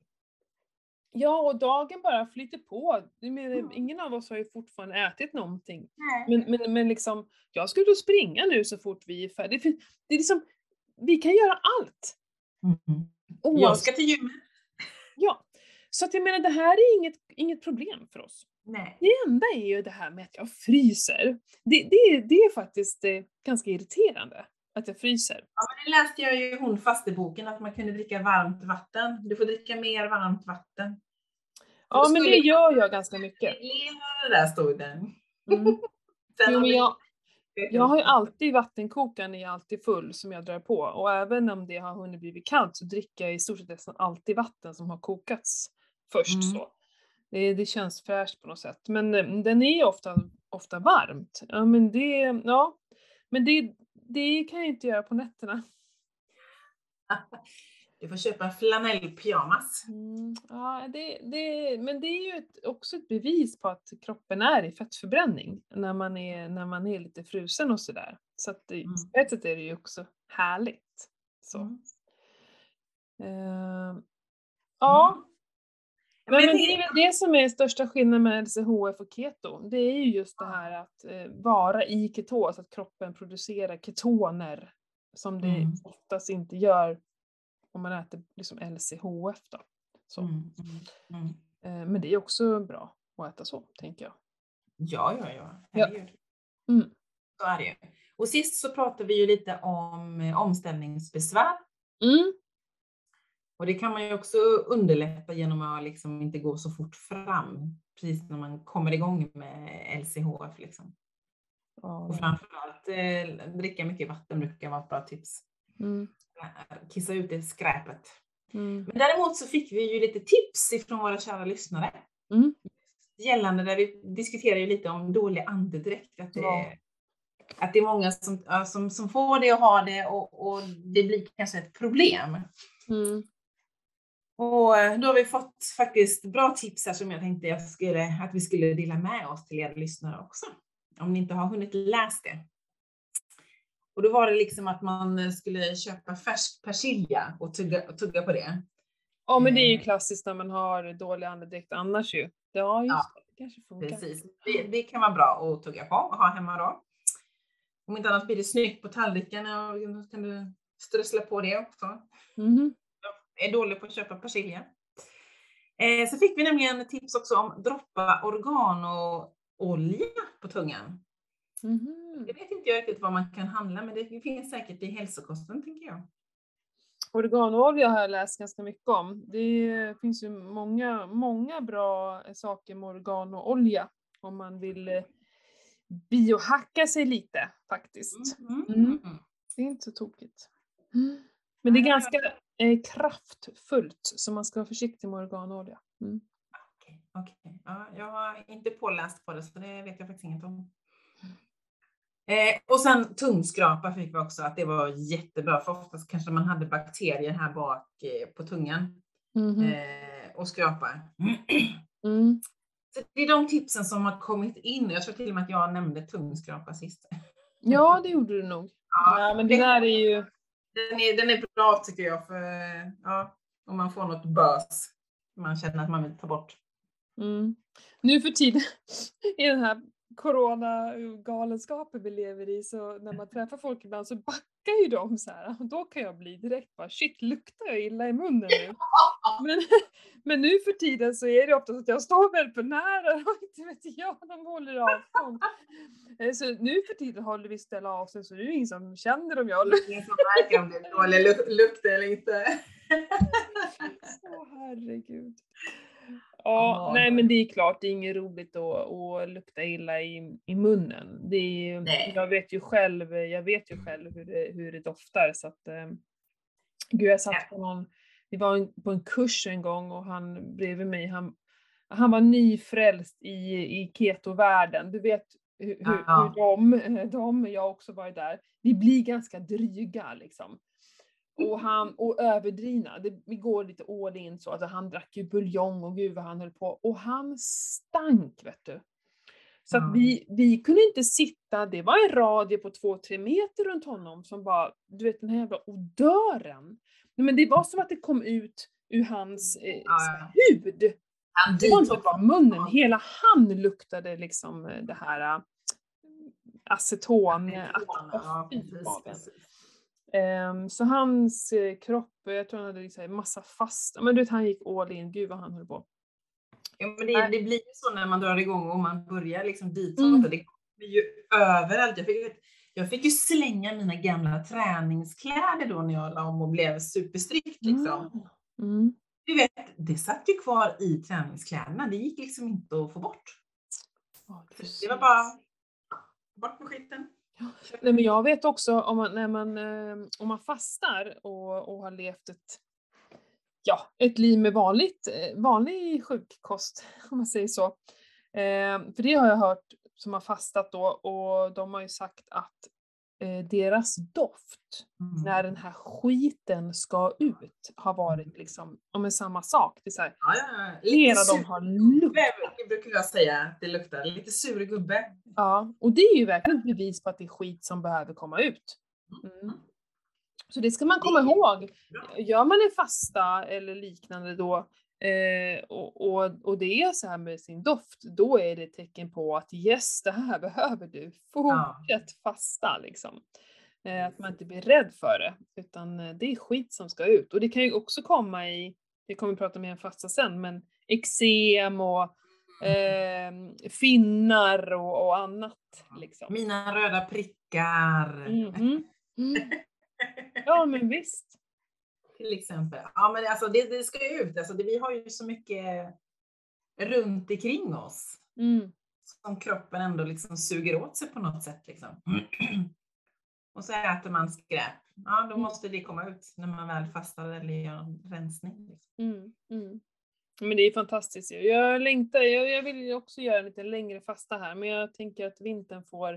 Ja, och dagen bara flyter på. Men, ingen av oss har ju fortfarande ätit någonting. Men, men, men liksom, jag ska ut och springa nu så fort vi är färdiga. Det, det är liksom, vi kan göra allt. Mm. Och jag ska till gymmet. Ja, så att jag menar, det här är inget, inget problem för oss. Nej. Det enda är ju det här med att jag fryser. Det, det, det är faktiskt eh, ganska irriterande att jag fryser. Ja, men det läste jag ju i hon fasteboken att man kunde dricka varmt vatten. Du får dricka mer varmt vatten. Ja, men det gör jag ganska mycket. Det där stod det. Mm. Jo, men jag, jag har ju alltid vattenkokaren är alltid full som jag drar på. Och även om det har hunnit blivit kallt så dricker jag i stort sett nästan alltid vatten som har kokats först. Mm. Så. Det, det känns fräscht på något sätt. Men den är ofta, ofta varmt. Ja, men det, ja. Men det, det kan jag inte göra på nätterna. Du får köpa en flanellpyjamas. Mm, ja, det, det, men det är ju ett, också ett bevis på att kroppen är i fettförbränning. När man är, när man är lite frusen och sådär. Så att det, mm. på ett sätt är det ju också härligt. Så. Mm. Uh, ja. Mm. Men, men det är väl det som är största skillnaden med L C H F och keto. Det är ju just det här att eh, vara i ketos, att kroppen producerar ketoner som det mm. oftast inte gör om man äter liksom L C H F då. Så. Mm. Mm. Mm. Eh, men det är också bra att äta så, tänker jag. Ja, ja, ja. Ja. Herregud. Mm. Så är det ju. Och sist så pratade vi ju lite om eh, omställningsbesvär. Mm. Och det kan man ju också underlätta genom att liksom inte gå så fort fram. Precis när man kommer igång med L C H F liksom. Ja, Och framförallt eh, dricka mycket vatten brukar vara ett bra tips. mm. Kissa ut det skräpet. Mm. Men däremot så fick vi ju lite tips ifrån våra kära lyssnare. Mm. Gällande där vi diskuterar ju lite om dålig andedräkt. Att det, Ja. att det är många som, ja, som, som får det och har det och, och det blir kanske ett problem. Mm. Och då har vi fått faktiskt bra tips här som jag tänkte jag skulle, att vi skulle dela med oss till er lyssnare också. Om ni inte har hunnit läsa det. Och då var det liksom att man skulle köpa färsk persilja och tugga, och tugga på det. Ja, men det är ju klassiskt när man har dålig andedräkt annars ju. Ja, just Ja, det. Det kanske funkar. Precis. Det, det kan vara bra att tugga på och ha hemma då. Om inte annat blir det snyggt på tallriken och då kan du strössla på det också. Mm. Jag är dålig på att köpa persilja. Eh, så fick vi nämligen tips också om droppa organolja på tungan. Mm. Det vet inte jag riktigt vad man kan handla, men det finns säkert i hälsokosten tänker jag. Organolja har jag läst ganska mycket om. Det finns ju många, många bra saker med organolja om man vill eh, biohacka sig lite faktiskt. Mm. Mm. Det är inte så tokigt. Mm. Men det är ganska eh, kraftfullt så man ska vara försiktig med organolja. Mm. Okej, okej. Ja, jag har inte påläst på det så det vet jag faktiskt inget om. Eh, och sen tungskrapa fick vi också att det var jättebra för oftast kanske man hade bakterier här bak eh, på tungan Mm. eh, och skrapa. Mm. Så det är de tipsen som har kommit in. Jag tror till och med att jag nämnde tungskrapa sist. Ja, det gjorde du nog. Ja, Ja, men det där är ju... Den är, den är bra tycker jag för ja, om man får något bös. Man känner att man vill ta bort. Mm. Nu för tiden i den här corona-galenskapen vi lever i så när man träffar folk ibland så backar ju de så här. Då kan jag bli direkt bara shit, luktar jag illa i munnen nu? Men, men nu för tiden så är det ofta så att jag står väl för nära och inte vet jag, de håller avstånd. Så nu för tiden håller vi ställa avstånd så det är ingen som känner om jag luktar. Ingen som märker om det är dålig lukt eller inte. Åh herregud. Ja, oh, nej men det är klart, det är inget roligt att, att lukta illa i, i munnen. Det är, jag vet ju själv, jag vet ju själv hur det, hur det doftar så att eh, gud jag satt på någon, vi var en, på en kurs en gång och han bredvid mig, han, han var nyfrälst i, i ketovärlden. Du vet hur, hur, hur de, de, jag också var där, vi blir ganska dryga liksom. Och, han, och överdrivna, det, vi går lite all in så, alltså han drack ju buljong och gud vad han höll på. Och han stank vet du. Så att vi, vi kunde inte sitta, det var en radie på två, tre meter runt honom som bara, du vet den här jävla odören. Men det var som att det kom ut ur hans eh, ja, ja. hud. Han det var inte bara munnen, hela han luktade liksom det här äh, aceton. aceton ja, precis, precis. Um, så hans eh, kropp, jag tror han hade liksom massa fast, men du vet han gick all in, gud vad han höll på. Ja men det, det blir ju så när man drar igång och man börjar liksom dit mm. det blir ju överallt. Jag fick, jag fick ju slänga mina gamla träningskläder då när jag la om och blev superstrikt liksom. Mm. Mm. Du vet, det satt ju kvar i träningskläderna, det gick liksom inte att få bort. Oh, det var bara bort med skiten. Nej, men jag vet också om man, när man, om man fastar och, och har levt ett, ja, ett liv med vanligt, vanlig sjukkost, om man säger så. Eh, för det har jag hört som har fastat då och de har ju sagt att eh, deras doft mm. när den här skiten ska ut har varit liksom om samma sak. Det är så här, ja, ja, ja. Hela de har luktat. Det brukar jag säga, det luktar lite sur gubbe. Ja, och det är ju verkligen ett bevis på att det är skit som behöver komma ut. Mm. Så det ska man komma ihåg. Gör man en fasta eller liknande då eh, och, och, och det är så här med sin doft, då är det ett tecken på att yes, det här behöver du. Fortsätt ja. fasta liksom. Eh, att man inte blir rädd för det, utan det är skit som ska ut. Och det kan ju också komma i, det kommer vi prata mer om fasta sen, men eksem och eh, finnar och, och annat. Liksom. Mina röda prickar. Mm-hmm. Mm. Ja, men visst. Till exempel. Ja, men alltså det, det ska ju ut. Alltså det, vi har ju så mycket runt omkring oss. Mm. Som kroppen ändå liksom suger åt sig på något sätt. Liksom. Och så äter man skräp. Ja, då måste det komma ut när man väl fastar eller gör en rensning. Liksom. Mm. Mm. Men det är fantastiskt. Jag längtar, jag, jag vill också göra en lite längre fasta här. Men jag tänker att vintern får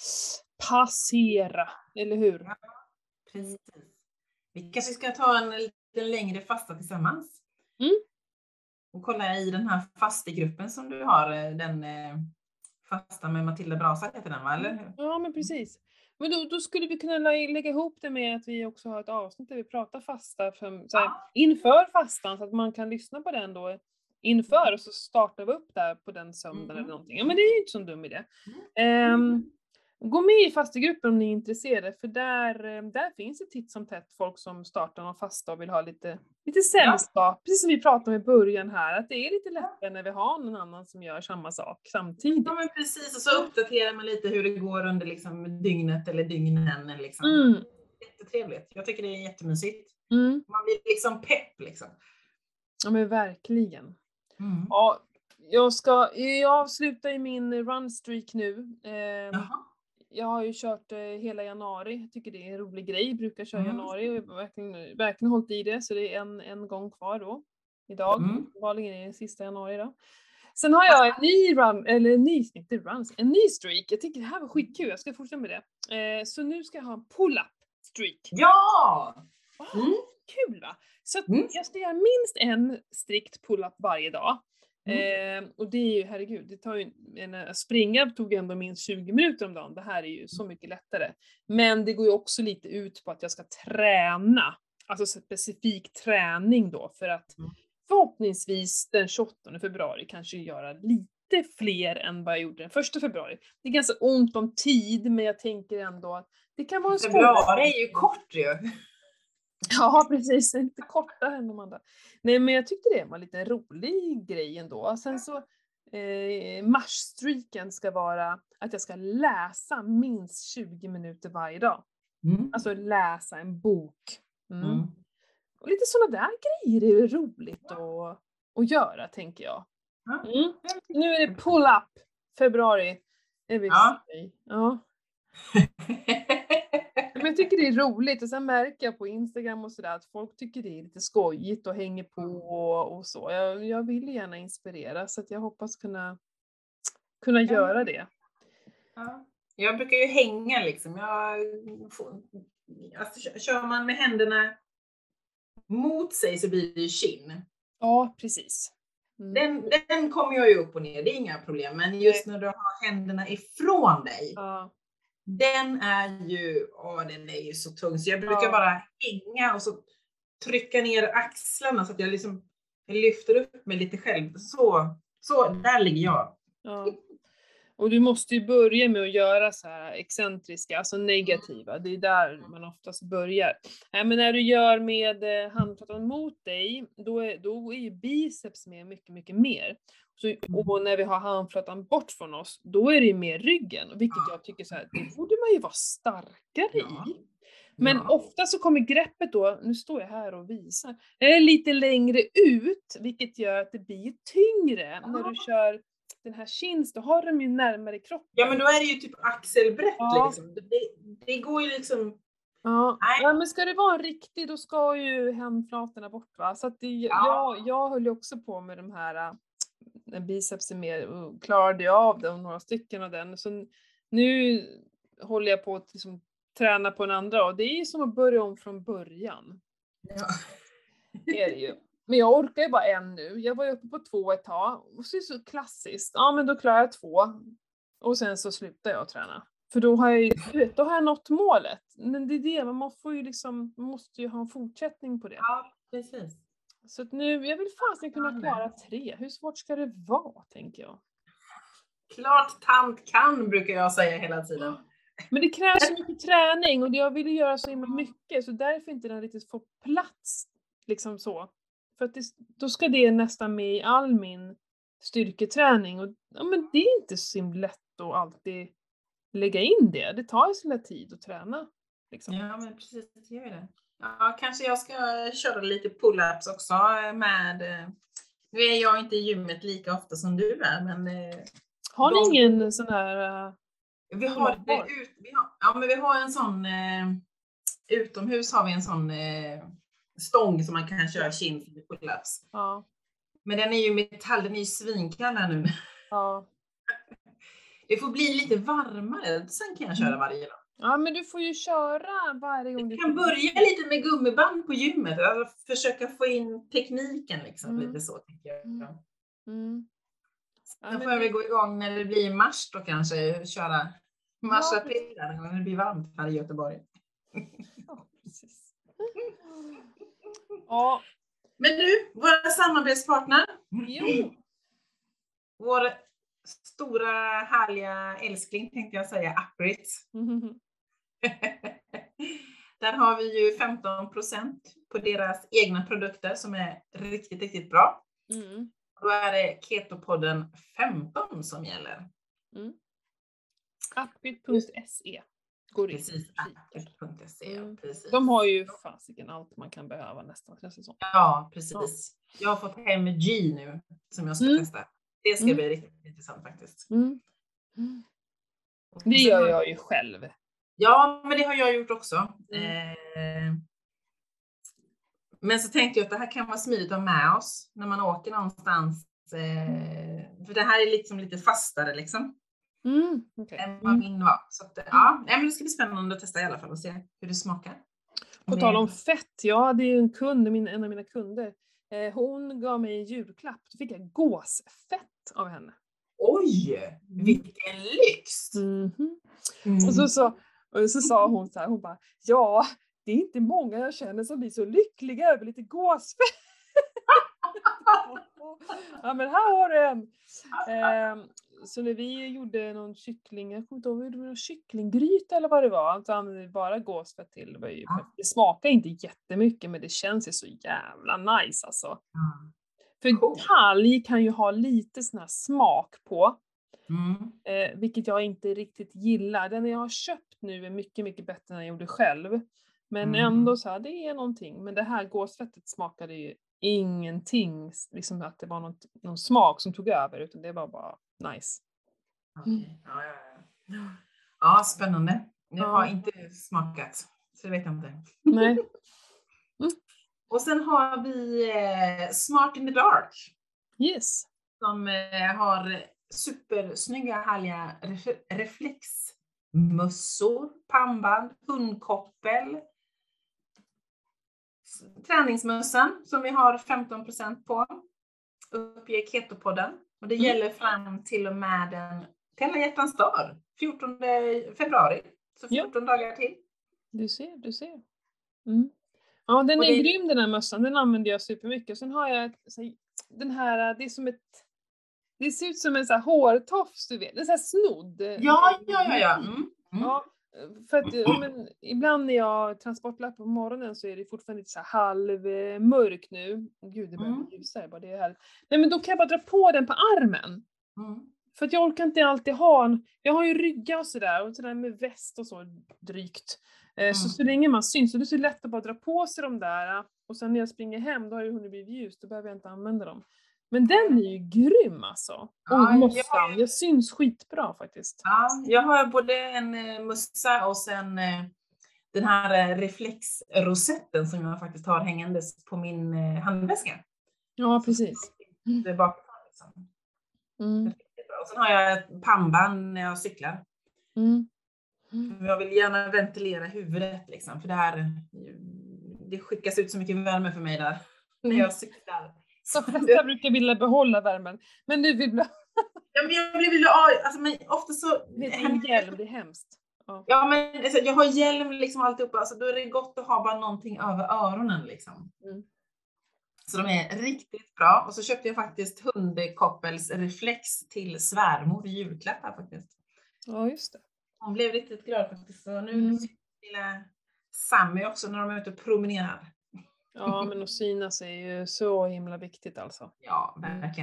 passera. Eller hur? Ja, precis. Vi kanske ska ta en lite längre fasta tillsammans. Mm. Och kolla i den här fastegruppen som du har. Den eh, fasta med Matilda Brasa heter den, va? Eller? Ja, men precis. Men då, då skulle vi kunna lä- lägga ihop det med att vi också har ett avsnitt där vi pratar fasta för, så här, Ja. inför fastan, så att man kan lyssna på den då inför, och så startar vi upp där på den söndagen Mm. eller någonting. Ja, men det är ju inte så dum idé. Um, gå med i fastegruppen om ni är intresserade, för där, eh, där finns det titt som tätt folk som startar någon fasta och vill ha lite, lite sällskap. Precis som vi pratade om i början här, att det är lite lättare när vi har någon annan som gör samma sak samtidigt. Ja, men precis. Och så uppdaterar man lite hur det går under liksom dygnet eller dygnen. Liksom. Mm. Jättetrevligt. Jag tycker det är jättemysigt. Mm. Man blir liksom pepp liksom. Ja, men verkligen. Mm. Ja, jag ska, jag avslutar i min runstreak nu. Eh, Jaha. jag har ju kört eh, hela januari. Jag tycker det är en rolig grej. Jag brukar köra Mm. januari och jag har verkligen, verkligen hållit i det. Så det är en, en gång kvar då. Idag. Mm. Vanligen är det sista januari då. Sen har jag en ny run, eller en ny, inte runs, en ny streak. Jag tycker det här var skitkul. Jag ska fortsätta med det. Eh, så nu ska jag ha en pull-up streak. Ja! Oh, Mm. kul va? Så att Mm. jag ska göra minst en strikt pull-up varje dag. Mm. Eh, och det är ju, herregud, det tar ju, en, springa tog ändå minst tjugo minuter om dagen. Det här är ju så mycket lättare. Men det går ju också lite ut på att jag ska träna. Alltså specifik träning då, för att Mm. förhoppningsvis den tjugoåttonde februari kanske göra lite fler än vad jag gjorde den första februari. Det är ganska ont om tid, men jag tänker ändå att det kan vara en Februari är ju kort ju. Ja, precis. Inte kortare än de andra. Nej, men jag tyckte det var en lite rolig grej ändå. Sen så, eh, marsstreaken ska vara att jag ska läsa minst tjugo minuter varje dag. Mm. Alltså läsa en bok. Mm. Mm. Och lite sådana där grejer är ju roligt att, att göra, tänker jag. Mm. Nu är det pull-up februari. Är vi Ja. ja. Men jag tycker det är roligt, och sen märker jag på Instagram och sådär att folk tycker det är lite skojigt och hänger på och, och så. Jag, jag vill gärna inspirera, så att jag hoppas kunna, kunna Ja. göra det. Ja. Jag brukar ju hänga liksom. Jag får, alltså, kör man med händerna mot sig så blir det ju kinn. Ja, precis. Mm. Den, den kommer jag ju upp och ner, det är inga problem. Men just när du har händerna ifrån dig. Ja. Den är ju, åh, den är ju så tung. Så jag brukar Ja. bara hänga och så trycka ner axlarna så att jag liksom jag lyfter upp mig lite själv. Så, så där ligger jag. Ja. Och du måste ju börja med att göra så här excentriska, alltså negativa. Det är där man oftast börjar. Nej, men när du gör med handflatan mot dig, då är, då är ju biceps med mycket, mycket mer. Så, och när vi har handflatan bort från oss, då är det ju mer ryggen. Vilket jag tycker så här, det borde man ju vara starkare i. Men Ja. ofta så kommer greppet då, nu står jag här och visar, är lite längre ut, vilket gör att det blir tyngre när du kör den här chins, då har de ju närmare kroppen. Ja, men då är det ju typ axelbrett Ja. liksom. Det, det går ju liksom. Ja. Nej. Ja, men ska det vara en riktig, då ska ju handflatorna bort va. Så att det, Ja. jag, jag höll ju också på med de här, äh, bicepsen mer och klarade jag av det och några stycken av den. Så nu håller jag på att liksom träna på en andra, och det är ju som att börja om från början. Ja. Det är det ju. Men jag orkar ju bara en nu. Jag var ju uppe på två ett tag. Och så är det så klassiskt. Ja, men då klarar jag två. Och sen så slutar jag träna. För då har jag ju, du vet, då har jag nått målet. Men det är det, man får ju liksom, man måste ju ha en fortsättning på det. Ja, precis. Så att nu, jag vill fasen kunna klara tre. Hur svårt ska det vara, tänker jag. Klart tant kan, brukar jag säga hela tiden. Men det krävs så mycket träning, och jag vill göra så himla mycket. Så därför inte den riktigt får plats. Liksom så. För att det, då ska det nästan med i all min styrketräning. Och ja, men det är inte så himla lätt att alltid lägga in det. Det tar ju sin tid att träna. Liksom. Ja, men precis, det gör det. Ja, kanske jag ska köra lite pull-ups också med... Nu är jag inte i gymmet lika ofta som du är, men... Har ni de, ingen sån här... Uh, vi, har, det ut, vi, har, ja, men vi har en sån... Uh, utomhus har vi en sån uh, stång som man kan köra kind för pull-ups. Ja. Men den är ju metall, den är ju svinkall här nu. Ja. Det får bli lite varmare, sen kan jag köra varje dag. Ja, men du får ju köra varje gång. Du kan börja lite med gummiband på gymmet. Alltså försöka få in tekniken liksom, mm. lite så tycker jag. Mm. Ja, sen får jag väl gå igång när det blir mars då kanske. Köra mars-april ja, när det blir varmt här i Göteborg. Ja, precis. Ja. Men du, våra samarbetspartner. Jo. Vår stora härliga älskling tänkte jag säga, Uprit. Mm. Där har vi ju femton procent på deras egna produkter som är riktigt, riktigt bra. Mm. Då är det Ketopodden femton som gäller. Mm. Uprit punkt se går in. Precis, uprit punkt se. Mm. Precis. De har ju fasiken allt man kan behöva nästan. Ja, precis. Ja. Jag har fått hem G nu som jag ska mm. testa. Det ska mm. bli riktigt intressant faktiskt. Mm. Mm. Det gör jag ju själv. Ja, men det har jag gjort också. Mm. Eh, men så tänkte jag att det här kan vara smidigt att ha med oss när man åker någonstans. Eh, för det här är liksom lite fastare liksom. Mm. Okay. Än vad min var. Så att, ja, men det ska bli spännande att testa i alla fall och se hur det smakar. På men... tal om fett, ja det är ju en kund, min, en av mina kunder. Eh, hon gav mig en julklapp. Då fick jag gåsfett av henne. Oj, vilken lyx! Mm-hmm. Mm. Och, så, så, och så sa hon så här, hon bara, ja, det är inte många jag känner som blir så lyckliga över lite gåsfett. Ja, men här har du en. Eh, så när vi gjorde någon kyckling, jag kommer inte ihåg, vi gjorde någon kycklinggryta eller vad det var, så använde vi bara gåsfett till. Det, var ju, ja. Det smakar inte jättemycket, men det känns ju så jävla nice alltså. Mm. För cool. Talg kan ju ha lite sån här smak på. Mm. Eh, vilket jag inte riktigt gillar. Den jag har köpt nu är mycket, mycket bättre än jag gjorde själv. Men mm. ändå så här, det är någonting. Men det här gåsfettet smakade ju ingenting. Liksom att det var någon, någon smak som tog över. Utan det var bara nice. Mm. Okay. Ja, ja, ja. Ja, spännande. Jag ja. har inte smakat. Så det vet jag inte. Nej. Mm. Och sen har vi eh, Smart in the Dark. Yes. Som eh, har supersnygga, härliga ref- reflexmössor, pannband, hundkoppel. Träningsmössan som vi har femton procent på. Uppger Ketopodden. Och det mm. gäller fram till och med den till alla hjärtans dag. fjortonde februari. Så fjorton ja. dagar till. Du ser, du ser. Mm. Ja, den är det... grym den här mössan. Den använder jag supermycket. Sen har jag så, den här, det är som ett, det ser ut som en så här hårtofs, du vet. Det är så här snodd. Ja, ja, ja, ja. Mm. Mm. Ja, för att men, ibland när jag transportlappar på morgonen så är det fortfarande lite så här halvmörk nu. Gud, det börjar bli mm. ljusare bara, det är här. Nej, men då kan jag bara dra på den på armen. Mm. För att jag orkar inte alltid ha en, jag har ju rygga och sådär, och sådär med väst och så drygt. Mm. Så så länge man syns, så det är så lätt att bara dra på sig de där. Och sen när jag springer hem, då har ju hunnit blivit ljus, då behöver jag inte använda dem. Men den är ju grym alltså. Och ja, mössan, jag, jag syns skitbra faktiskt. Ja, jag har både en mössa och sen den här reflexrosetten som jag faktiskt har hängandes på min handväska. Ja, precis. Det är bakifrån liksom. Mm. Och sen har jag ett pannband när jag cyklar. Mm. Mm. Jag vill gärna ventilera huvudet liksom, för det här det skickas ut så mycket värme för mig där när jag cyklar. Så flesta brukar vilja behålla värmen, men du vill bli... Ja, men jag vill alltså, men ofta så... Det är en hjälm, det är hemskt. Ja, ja men alltså, jag har hjälm liksom alltihopa, alltså, då är det gott att ha bara någonting över öronen liksom. Mm. Så de är riktigt bra. Och så köpte jag faktiskt hundkoppels reflex till svärmor i julklapp här faktiskt. Ja, just det. Hon blev riktigt glad faktiskt. Så nu mm. lilla Sammy också när de är ute och promenerar. Ja, men att synas är ju så himla viktigt alltså. Ja, verkligen.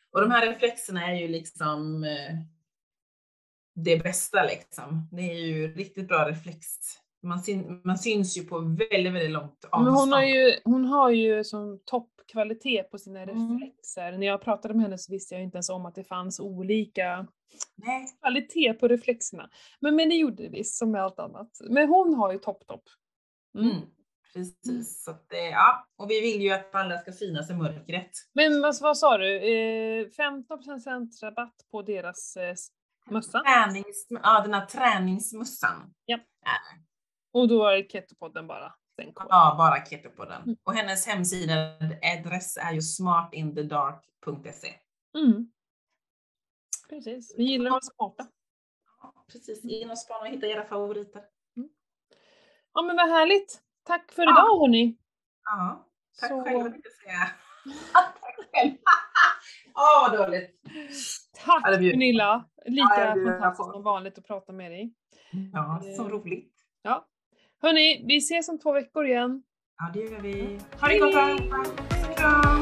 Och de här reflexerna är ju liksom eh, det bästa liksom. Det är ju riktigt bra reflex. Man, syn, man syns ju på väldigt, väldigt långt avstånd. Men hon har ju, hon har ju som toppkvalitet på sina Mm. reflexer. När jag pratade med henne så visste jag inte ens om att det fanns olika Nej. kvalitet på reflexerna. Men, men det gjorde det visst, som med allt annat. Men hon har ju topp, topp. Mm. Mm. Precis, så att det, ja. Och vi vill ju att alla ska synas i mörkret. Men vad, vad sa du? Eh, femton procent rabatt på deras eh, mössa? Tränings, ja, den här träningsmössan. Ja. Är. Och då är Ketopodden bara den koden. Ja, bara Ketopodden. Mm. Och hennes hemsida, adress är ju smartinthedark punkt se. Mm. Precis, vi gillar att vara smarta. Ja, precis, in och spana och hitta era favoriter. Mm. Ja, men vad härligt. Tack för Ja. idag, hörni. Ja, tack Så... själv, vill jag säga. Tack själv. Åh, vad dåligt. Tack Ja, Gunilla. Lika Ja, det fantastiskt får- som vanligt att prata med dig. Ja, så Eh. roligt. Ja. Hörni, vi ses om två veckor igen. Ja, det gör vi. Ha det gott allihopa. Kram.